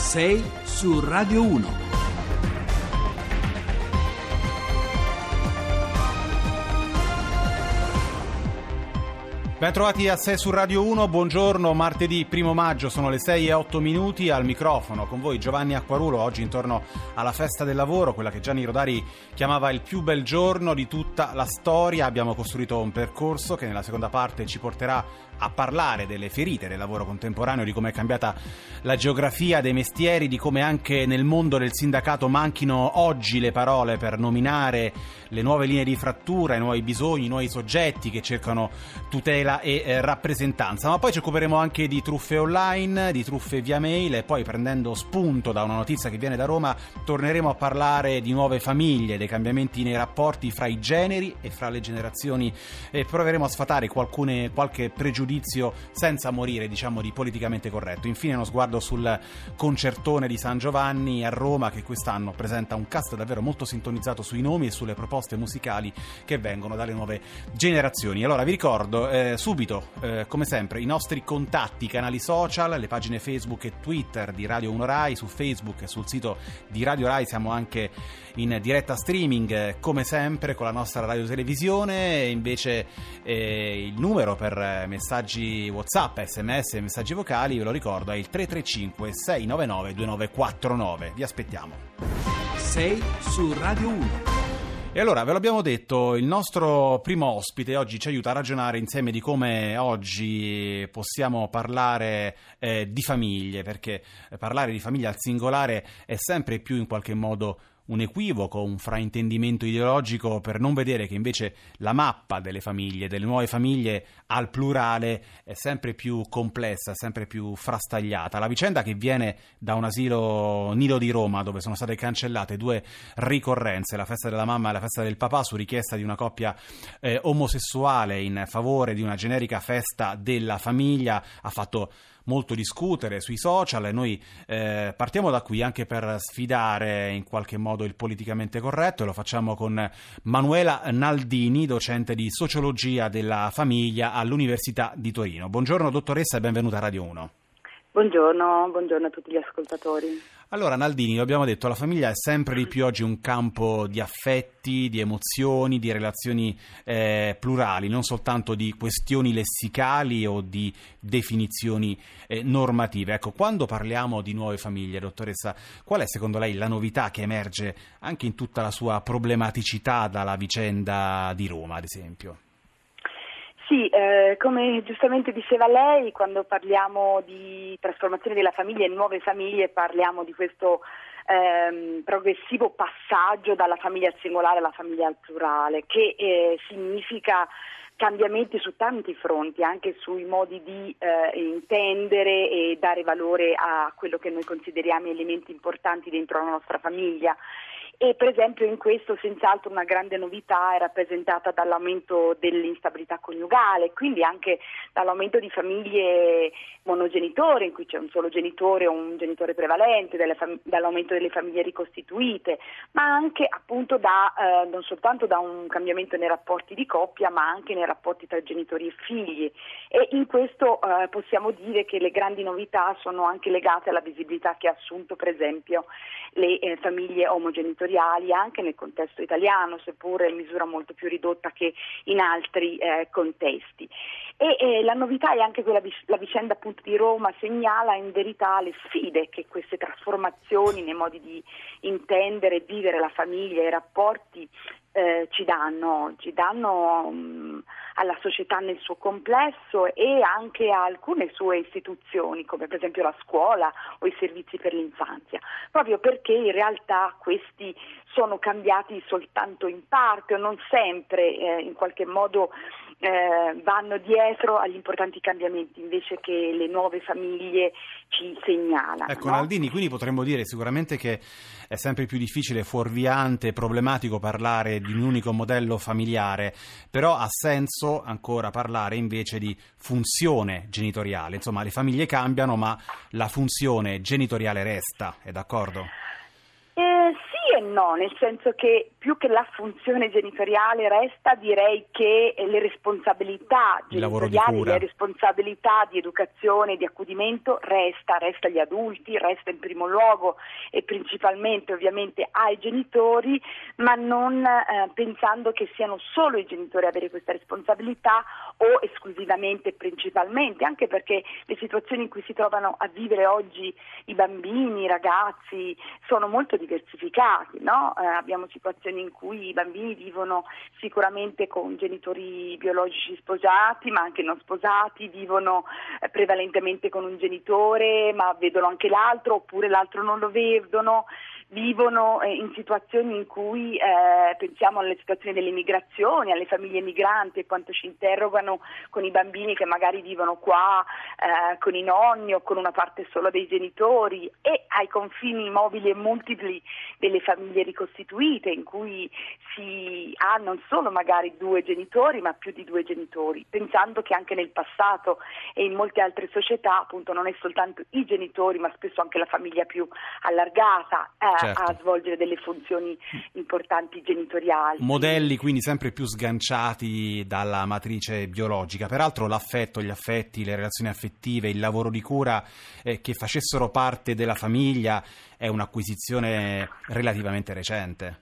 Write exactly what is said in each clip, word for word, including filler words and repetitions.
sei su Radio uno. Ben trovati a sei su Radio uno, buongiorno, martedì primo maggio, sono le sei e otto minuti, al microfono con voi Giovanni Acquarulo, oggi intorno alla festa del lavoro, quella che Gianni Rodari chiamava il più bel giorno di tutta la storia. Abbiamo costruito un percorso che nella seconda parte ci porterà a parlare delle ferite del lavoro contemporaneo, di come è cambiata la geografia dei mestieri, di come anche nel mondo del sindacato manchino oggi le parole per nominare le nuove linee di frattura, i nuovi bisogni, i nuovi soggetti che cercano tutela e eh, rappresentanza. Ma poi ci occuperemo anche di truffe online, di truffe via mail, e poi, prendendo spunto da una notizia che viene da Roma, torneremo a parlare di nuove famiglie, dei cambiamenti nei rapporti fra i generi e fra le generazioni, e proveremo a sfatare qualcune, qualche pregiudizio senza morire, diciamo, di politicamente corretto. Infine uno sguardo sul concertone di San Giovanni a Roma, che quest'anno presenta un cast davvero molto sintonizzato sui nomi e sulle proposte musicali che vengono dalle nuove generazioni. Allora vi ricordo eh, subito, eh, come sempre, i nostri contatti, i canali social, le pagine Facebook e Twitter di Radio uno Rai. Su Facebook e sul sito di Radio Rai siamo anche in diretta streaming, eh, come sempre, con la nostra radiotelevisione. E invece eh, il numero per eh, messaggi WhatsApp, sms e messaggi vocali, ve lo ricordo, è il tre tre cinque sei nove nove due nove quattro nove. Vi aspettiamo. sei su Radio uno. E allora, ve l'abbiamo detto, il nostro primo ospite oggi ci aiuta a ragionare insieme di come oggi possiamo parlare eh, di famiglie, perché parlare di famiglia al singolare è sempre più in qualche modo un equivoco, un fraintendimento ideologico, per non vedere che invece la mappa delle famiglie, delle nuove famiglie al plurale, è sempre più complessa, sempre più frastagliata. La vicenda che viene da un asilo nido di Roma, dove sono state cancellate due ricorrenze, la festa della mamma e la festa del papà, su richiesta di una coppia eh, omosessuale in favore di una generica festa della famiglia, ha fatto molto discutere sui social, e noi eh, partiamo da qui anche per sfidare in qualche modo il politicamente corretto, e lo facciamo con Manuela Naldini, docente di sociologia della famiglia all'Università di Torino. Buongiorno dottoressa e benvenuta a Radio uno. Buongiorno, buongiorno a tutti gli ascoltatori. Allora Naldini, lo abbiamo detto, la famiglia è sempre di più oggi un campo di affetti, di emozioni, di relazioni eh, plurali, non soltanto di questioni lessicali o di definizioni eh, normative. Ecco, quando parliamo di nuove famiglie, dottoressa, qual è secondo lei la novità che emerge anche in tutta la sua problematicità dalla vicenda di Roma, ad esempio? Sì, eh, come giustamente diceva lei, quando parliamo di trasformazione della famiglia in nuove famiglie, parliamo di questo ehm, progressivo passaggio dalla famiglia singolare alla famiglia al plurale, che eh, significa cambiamenti su tanti fronti, anche sui modi di eh, intendere e dare valore a quello che noi consideriamo elementi importanti dentro la nostra famiglia. E per esempio in questo senz'altro una grande novità è rappresentata dall'aumento dell'instabilità coniugale, quindi anche dall'aumento di famiglie monogenitore, in cui c'è un solo genitore o un genitore prevalente, fam- dall'aumento delle famiglie ricostituite, ma anche appunto da eh, non soltanto da un cambiamento nei rapporti di coppia, ma anche nei rapporti tra genitori e figli. E in questo eh, possiamo dire che le grandi novità sono anche legate alla visibilità che ha assunto per esempio le eh, famiglie omogenitoriali anche nel contesto italiano, seppure in misura molto più ridotta che in altri eh, contesti. E eh, la novità è anche quella, la vicenda appunto di Roma segnala in verità le sfide che queste trasformazioni nei modi di intendere e vivere la famiglia e i rapporti eh, ci danno oggi, danno um, alla società nel suo complesso e anche a alcune sue istituzioni, come per esempio la scuola o i servizi per l'infanzia, proprio perché in realtà questi sono cambiati soltanto in parte o non sempre eh, in qualche modo eh, vanno dietro agli importanti cambiamenti invece che le nuove famiglie ci segnalano. Ecco, no? Naldini, quindi potremmo dire sicuramente che è sempre più difficile, fuorviante, problematico parlare di un unico modello familiare, però ha senso ancora parlare invece di funzione genitoriale. Insomma, le famiglie cambiano, ma la funzione genitoriale resta, è d'accordo? Eh, sì e no. no, nel senso che più che la funzione genitoriale resta, direi che le responsabilità genitoriali, le responsabilità di educazione, di accudimento resta, resta agli adulti, resta in primo luogo e principalmente ovviamente ai genitori, ma non eh, pensando che siano solo i genitori a avere questa responsabilità o esclusivamente, principalmente, anche perché le situazioni in cui si trovano a vivere oggi i bambini, i ragazzi sono molto diversificati, no? Eh, abbiamo situazioni in cui i bambini vivono sicuramente con genitori biologici sposati, ma anche non sposati, vivono eh, prevalentemente con un genitore, ma vedono anche l'altro, oppure l'altro non lo vedono. Vivono eh, in situazioni in cui eh, pensiamo alle situazioni delle migrazioni, alle famiglie migranti e quanto ci interrogano con i bambini che magari vivono qua eh, con i nonni o con una parte solo dei genitori, e ai confini mobili e multipli delle famiglie ricostituite in cui si ha non solo magari due genitori ma più di due genitori, pensando che anche nel passato e in molte altre società appunto non è soltanto i genitori ma spesso anche la famiglia più allargata eh, Certo. a svolgere delle funzioni importanti genitoriali. Modelli quindi sempre più sganciati dalla matrice biologica. Peraltro l'affetto, gli affetti, le relazioni affettive, il lavoro di cura eh, che facessero parte della famiglia è un'acquisizione relativamente recente.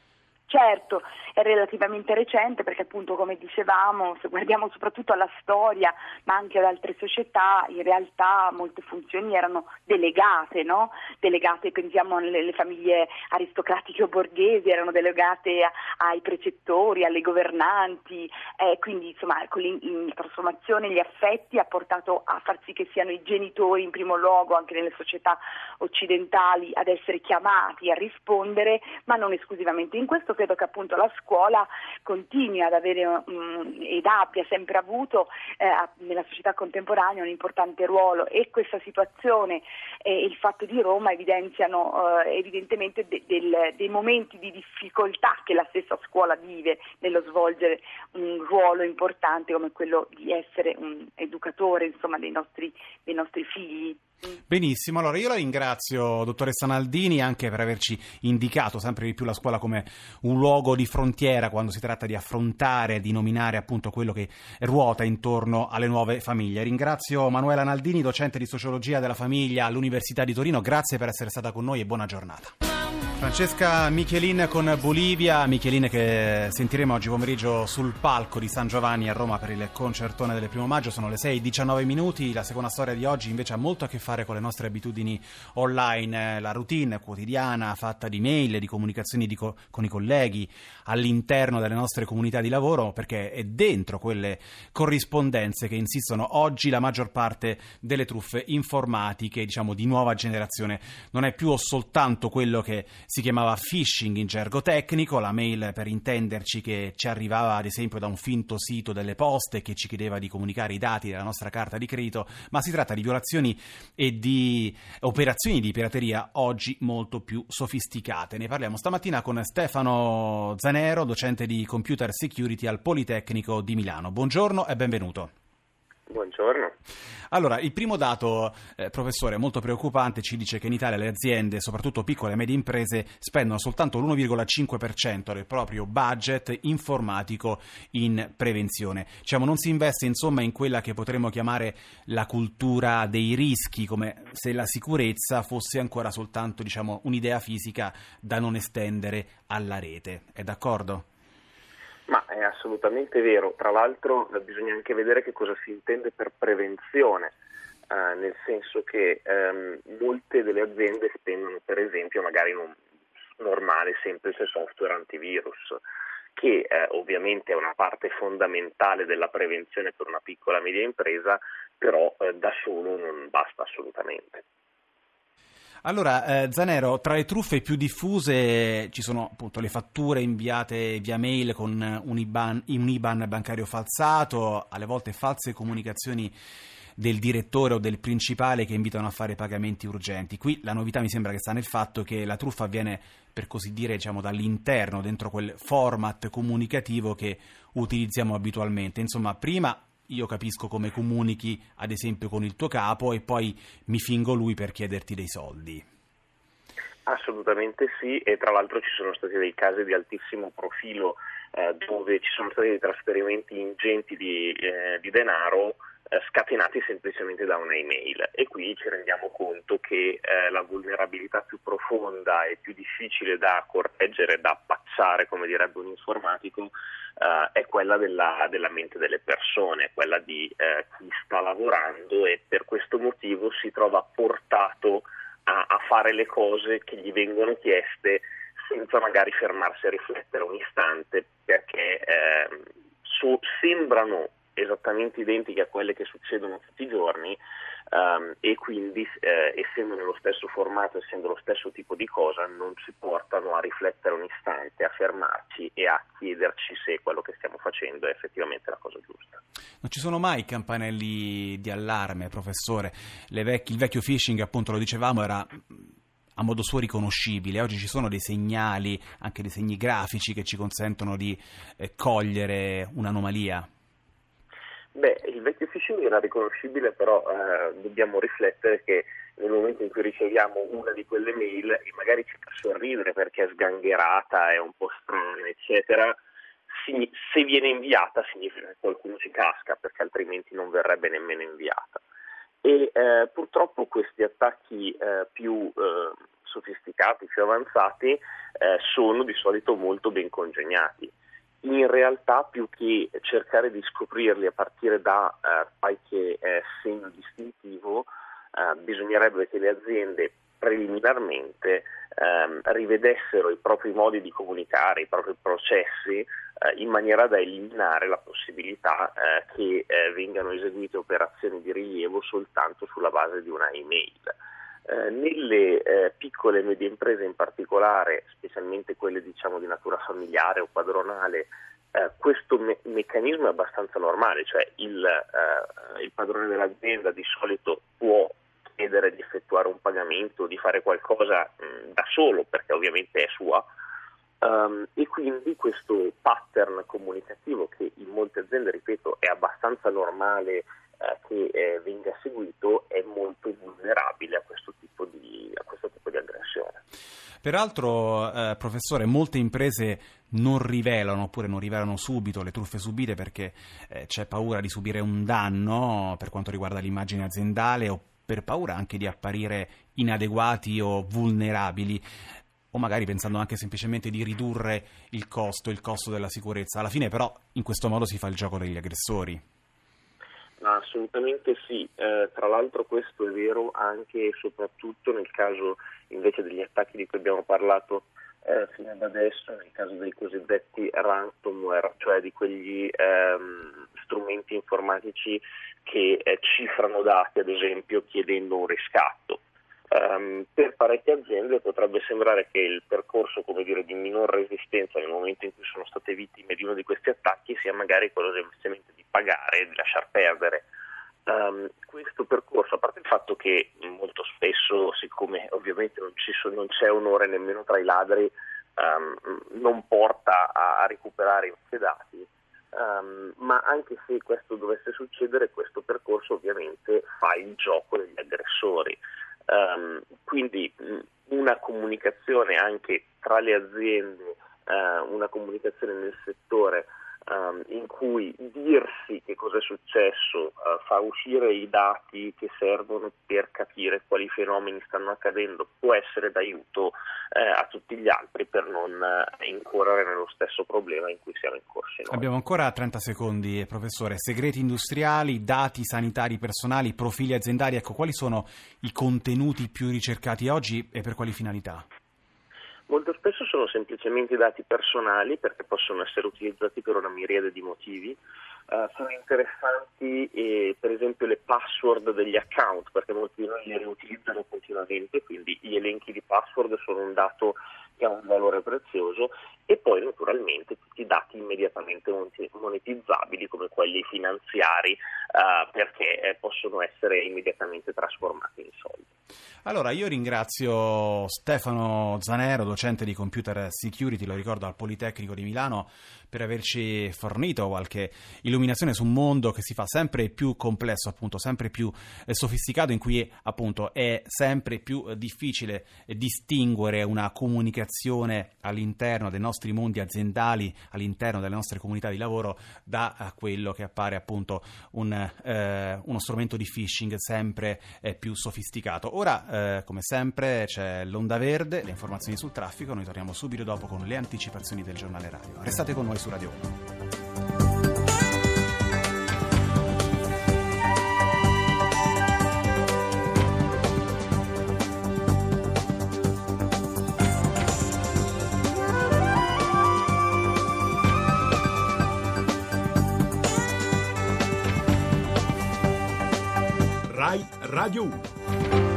Certo, è relativamente recente perché appunto, come dicevamo, se guardiamo soprattutto alla storia ma anche ad altre società, in realtà molte funzioni erano delegate, no? Delegate, pensiamo alle famiglie aristocratiche o borghesi, erano delegate a, ai precettori, alle governanti, eh, quindi insomma con la trasformazione gli affetti ha portato a far sì che siano i genitori in primo luogo anche nelle società occidentali ad essere chiamati a rispondere, ma non esclusivamente. In questo credo che appunto la scuola continui ad avere um, ed abbia sempre avuto eh, nella società contemporanea un importante ruolo, e questa situazione e il fatto di Roma evidenziano eh, evidentemente de- del, dei momenti di difficoltà che la stessa scuola vive nello svolgere un ruolo importante come quello di essere un educatore, insomma, dei nostri, dei nostri figli. Benissimo, allora io la ringrazio, dottoressa Naldini, anche per averci indicato sempre di più la scuola come un luogo di frontiera quando si tratta di affrontare, di nominare appunto quello che ruota intorno alle nuove famiglie. Ringrazio Manuela Naldini, docente di sociologia della famiglia all'Università di Torino, grazie per essere stata con noi e buona giornata. Francesca Michelin con Bolivia, Michelin che sentiremo oggi pomeriggio sul palco di San Giovanni a Roma per il concertone del primo maggio. Sono le sei e diciannove minuti. La seconda storia di oggi invece ha molto a che fare con le nostre abitudini online, la routine quotidiana fatta di mail, di comunicazioni di co- con i colleghi all'interno delle nostre comunità di lavoro, perché è dentro quelle corrispondenze che insistono oggi la maggior parte delle truffe informatiche, diciamo di nuova generazione. Non è più o soltanto quello che si chiamava phishing in gergo tecnico, la mail per intenderci che ci arrivava ad esempio da un finto sito delle poste che ci chiedeva di comunicare i dati della nostra carta di credito, ma si tratta di violazioni e di operazioni di pirateria oggi molto più sofisticate. Ne parliamo stamattina con Stefano Zanero, docente di Computer Security al Politecnico di Milano. Buongiorno e benvenuto. Buongiorno. Allora, il primo dato, eh, professore, molto preoccupante, ci dice che in Italia le aziende, soprattutto piccole e medie imprese, spendono soltanto l'uno virgola cinque per cento del proprio budget informatico in prevenzione. Diciamo, non si investe insomma in quella che potremmo chiamare la cultura dei rischi, come se la sicurezza fosse ancora soltanto, diciamo, un'idea fisica da non estendere alla rete. È d'accordo? Ma è assolutamente vero, tra l'altro eh, bisogna anche vedere che cosa si intende per prevenzione, eh, nel senso che ehm, molte delle aziende spendono per esempio magari in un normale semplice software antivirus, che eh, ovviamente è una parte fondamentale della prevenzione per una piccola e media impresa, però eh, da solo non basta assolutamente. Allora, eh, Zanero, tra le truffe più diffuse ci sono appunto le fatture inviate via mail con un I B A N, un I B A N bancario falsato, alle volte false comunicazioni del direttore o del principale che invitano a fare pagamenti urgenti. Qui la novità mi sembra che sta nel fatto che la truffa avviene, per così dire, diciamo dall'interno, dentro quel format comunicativo che utilizziamo abitualmente. Insomma, prima io capisco come comunichi, ad esempio, con il tuo capo e poi mi fingo lui per chiederti dei soldi. Assolutamente sì, e tra l'altro ci sono stati dei casi di altissimo profilo eh, dove ci sono stati dei trasferimenti ingenti di, eh, di denaro eh, scatenati semplicemente da una email, e qui ci rendiamo conto che eh, la vulnerabilità più profonda e più difficile da correggere, da pacciare, come direbbe un informatico, eh, è quella della, della mente delle persone, quella di eh, chi sta lavorando e per questo motivo si trova portato A, a fare le cose che gli vengono chieste senza magari fermarsi a riflettere un istante, perché eh, su, sembrano esattamente identiche a quelle che succedono tutti i giorni, um, e quindi eh, essendo nello stesso formato, essendo lo stesso tipo di cosa, non ci portano a riflettere un istante, a fermarci e a chiederci se quello che stiamo facendo è effettivamente la cosa giusta. Non ci sono mai campanelli di allarme, professore? Le vecchi, il vecchio phishing, appunto, lo dicevamo, era a modo suo riconoscibile. Oggi ci sono dei segnali, anche dei segni grafici, che ci consentono di eh, cogliere un'anomalia? Beh, il vecchio phishing era riconoscibile, però eh, dobbiamo riflettere che nel momento in cui riceviamo una di quelle mail e magari ci fa sorridere perché è sgangherata, è un po' strana, eccetera, si, se viene inviata significa che qualcuno ci casca, perché altrimenti non verrebbe nemmeno inviata. E eh, purtroppo questi attacchi eh, più eh, sofisticati, più avanzati, eh, sono di solito molto ben congegnati. In realtà, più che cercare di scoprirli a partire da eh, qualche eh, segno distintivo, eh, bisognerebbe che le aziende preliminarmente ehm, rivedessero i propri modi di comunicare, i propri processi, eh, in maniera da eliminare la possibilità eh, che eh, vengano eseguite operazioni di rilievo soltanto sulla base di una email. Eh, nelle eh, piccole e medie imprese in particolare, specialmente quelle diciamo di natura familiare o padronale, eh, questo me- meccanismo è abbastanza normale, cioè il, eh, il padrone dell'azienda di solito può chiedere di effettuare un pagamento, di fare qualcosa mh, da solo, perché ovviamente è sua, um, e quindi questo pattern comunicativo che in molte aziende, ripeto, è abbastanza normale che eh, venga seguito, è molto vulnerabile a questo tipo di, a questo tipo di aggressione. Peraltro, eh, professore, molte imprese non rivelano, oppure non rivelano subito le truffe subite perché eh, c'è paura di subire un danno per quanto riguarda l'immagine aziendale, o per paura anche di apparire inadeguati o vulnerabili, o magari pensando anche semplicemente di ridurre il costo, il costo della sicurezza. Alla fine però in questo modo si fa il gioco degli aggressori. Assolutamente sì, eh, tra l'altro questo è vero anche e soprattutto nel caso invece degli attacchi di cui abbiamo parlato eh, fino ad adesso, nel caso dei cosiddetti ransomware, cioè di quegli ehm, strumenti informatici che eh, cifrano dati, ad esempio chiedendo un riscatto. Um, per parecchie aziende potrebbe sembrare che il percorso, come dire, di minor resistenza nel momento in cui sono state vittime di uno di questi attacchi sia magari quello semplicemente di pagare, di lasciar perdere. Um, questo percorso, a parte il fatto che molto spesso, siccome ovviamente non, ci so, non c'è onore nemmeno tra i ladri, um, non porta a, a recuperare i nostri dati, um, ma anche se questo dovesse succedere, questo percorso ovviamente fa il gioco degli aggressori. Um, quindi mh, una comunicazione anche tra le aziende, uh, una comunicazione nel settore um, in cui dirsi che cosa è successo, uh, fa uscire i dati che servono per capire quali fenomeni stanno accadendo, può essere d'aiuto uh, a tutti gli altri per non uh, incorrere nello stesso problema in cui siamo incorsi noi. Abbiamo ancora trenta secondi, professore. Segreti industriali, dati sanitari personali, profili aziendali, ecco, quali sono i contenuti più ricercati oggi e per quali finalità? Molto spesso sono semplicemente dati personali, perché possono essere utilizzati per una miriade di motivi. Uh, sono interessanti eh, per esempio le password degli account, perché molti di noi li riutilizzano continuamente, quindi gli elenchi di password sono un dato che ha un valore prezioso, e poi naturalmente tutti i dati immediatamente monetizzabili come quelli finanziari, uh, perché eh, possono essere immediatamente trasformati in soldi. Allora, io ringrazio Stefano Zanero, docente di Computer Security, lo ricordo al Politecnico di Milano, per averci fornito qualche illuminazione su un mondo che si fa sempre più complesso, appunto, sempre più eh, sofisticato, in cui appunto è sempre più eh, difficile eh, distinguere una comunicazione all'interno dei nostri mondi aziendali, all'interno delle nostre comunità di lavoro, da eh, quello che appare appunto un, eh, uno strumento di phishing sempre eh, più sofisticato. Ora, eh, come sempre, c'è l'onda verde, le informazioni sul traffico. Noi torniamo subito dopo con le anticipazioni del giornale radio. Restate con noi su Radio uno. Rai Radio uno.